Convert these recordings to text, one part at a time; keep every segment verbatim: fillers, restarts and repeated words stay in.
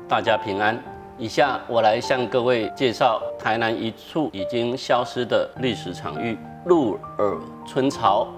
大家平安。以下我来向各位介绍台南一处已经消失的历史场域——鹿耳春潮。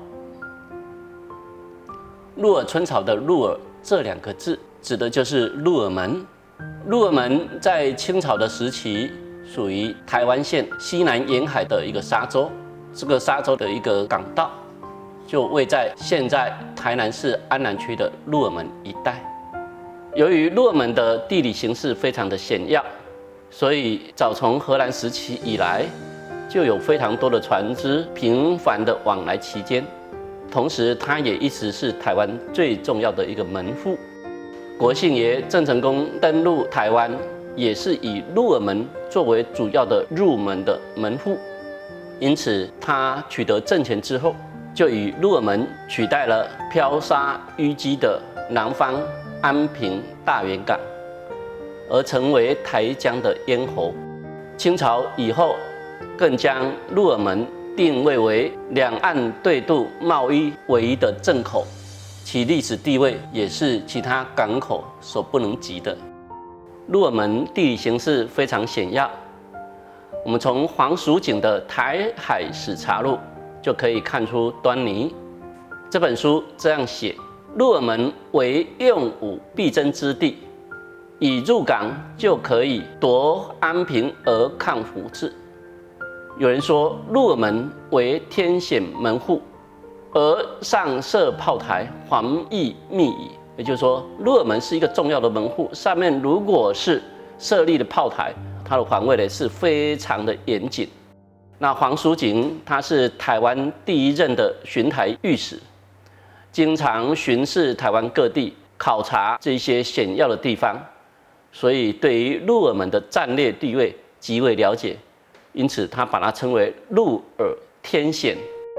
鹿耳春潮的“鹿耳”这两个字，指的就是鹿耳门。鹿耳门在清朝的时期，属于台湾县西南沿海的一个沙洲。这个沙洲的一个港道，就位在现在台南市安南区的鹿耳门一带。由于鹿耳门的地理形势非常的险要，所以早从荷兰时期以来，就有非常多的船只频繁的往来其间。同时，它也一直是台湾最重要的一个门户。国姓爷郑成功登陆台湾，也是以鹿耳门作为主要的入门的门户。因此，他取得政权之后，就以鹿耳门取代了漂沙淤积的南方安平大园港，而成为台江的咽喉。清朝以后，更将鹿耳门定位为两岸对渡贸易唯一的正口，其历史地位也是其他港口所不能及的。鹿耳门地理形势非常险要，我们从黄蜀锦的《台海史查录》就可以看出端倪。这本书这样写：鹿耳门为用武必争之地，已入港就可以夺安平而抗福治。有人说鹿耳门为天险门户，而上设炮台，防疫密矣。也就是说，鹿耳门是一个重要的门户，上面如果是设立的炮台，它的防卫呢是非常的严谨。那黄蜀锦他是台湾第一任的巡台御史，经常巡视台湾各地，考察这些险要的地方，所以对于鹿耳门的战略地位极为了解，因此他把它称为鹿耳天险。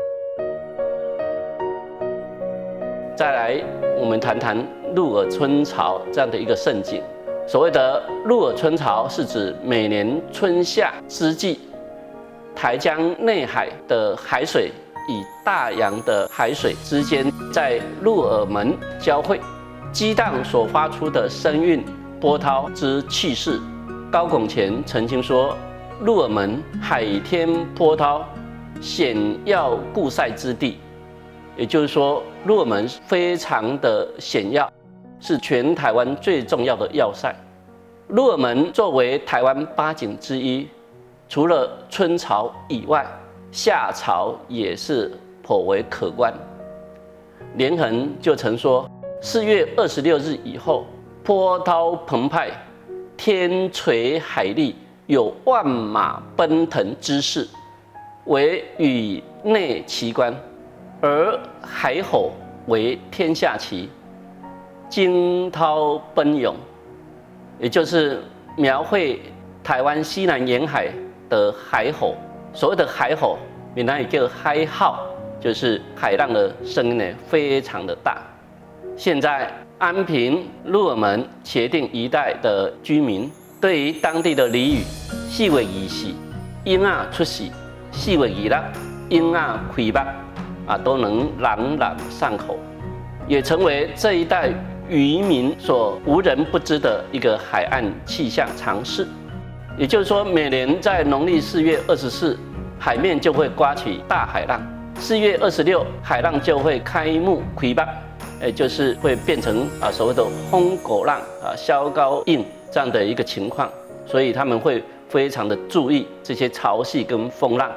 再来，我们谈谈鹿耳春潮这样的一个盛景。所谓的鹿耳春潮，是指每年春夏之际，台江内海的海水与大洋的海水之间在鹿耳门交汇，激荡所发出的声韵波涛之气势。高拱乾曾经说：“鹿耳门海天波涛，险要固塞之地。”也就是说，鹿耳门非常的险要，是全台湾最重要的要塞。鹿耳门作为台湾八景之一，除了春潮以外，夏潮也是颇为可观。连横就曾说：“四月二十六日以后，波涛澎湃，天垂海立，有万马奔腾之势，为宇内奇观。而海吼为天下奇，惊涛奔涌。”也就是描绘台湾西南沿海的海吼。所谓的海吼，闽南语叫海号，就是海浪的声音呢非常的大。现在安平、鹿耳门、茄萣一带的居民，对于当地的俚语“四月二四，鹰仔出世；四月二六，鹰仔开目”啊，都能朗朗上口，也成为这一带渔民所无人不知的一个海岸气象常识。也就是说，每年在农历四月二十四，海面就会刮起大海浪；四月二十六，海浪就会开幕开目，也就是会变成啊所谓的风狗浪啊、消高印这样的一个情况。所以他们会非常的注意这些潮汐跟风浪。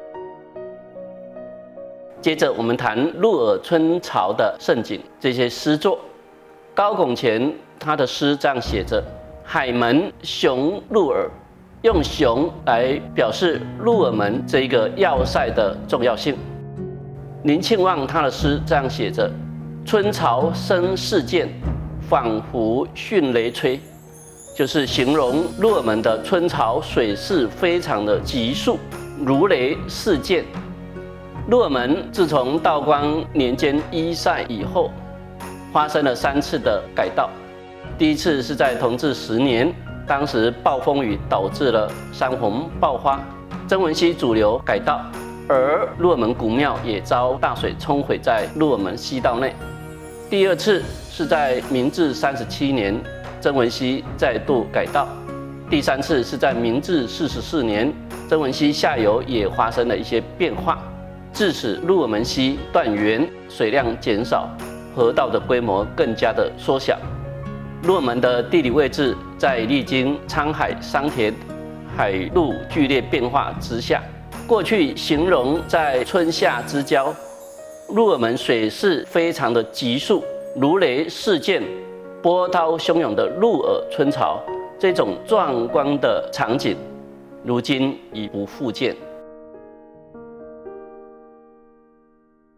接着我们谈鹿耳春潮的盛景，这些诗作。高拱乾他的诗这样写着：“海门雄鹿耳”，用雄来表示鹿耳门这一个要塞的重要性。林庆旺他的诗这样写着：“春潮生事件，仿佛迅雷吹”，就是形容鹿耳门的春潮水势非常的急速，如雷似箭。鹿耳门自从道光年间一赛以后，发生了三次的改道。第一次是在同治十年，当时暴风雨导致了山洪爆发，曾文溪主流改道，而鹿耳门古庙也遭大水冲毁在鹿耳门溪道内。第二次是在明治三十七年， 曾文溪再度改道。第三次是在明治四十四年，曾文溪下游也发生了一些变化，致使鹿耳门溪断源，水量减少，河道的规模更加的缩小。鹿耳门的地理位置在历经沧海桑田、海陆剧烈变化之下，过去形容在春夏之交，鹿耳门水势非常的急速，如雷似箭、波涛汹涌的鹿耳春潮，这种壮观的场景，如今已不复见。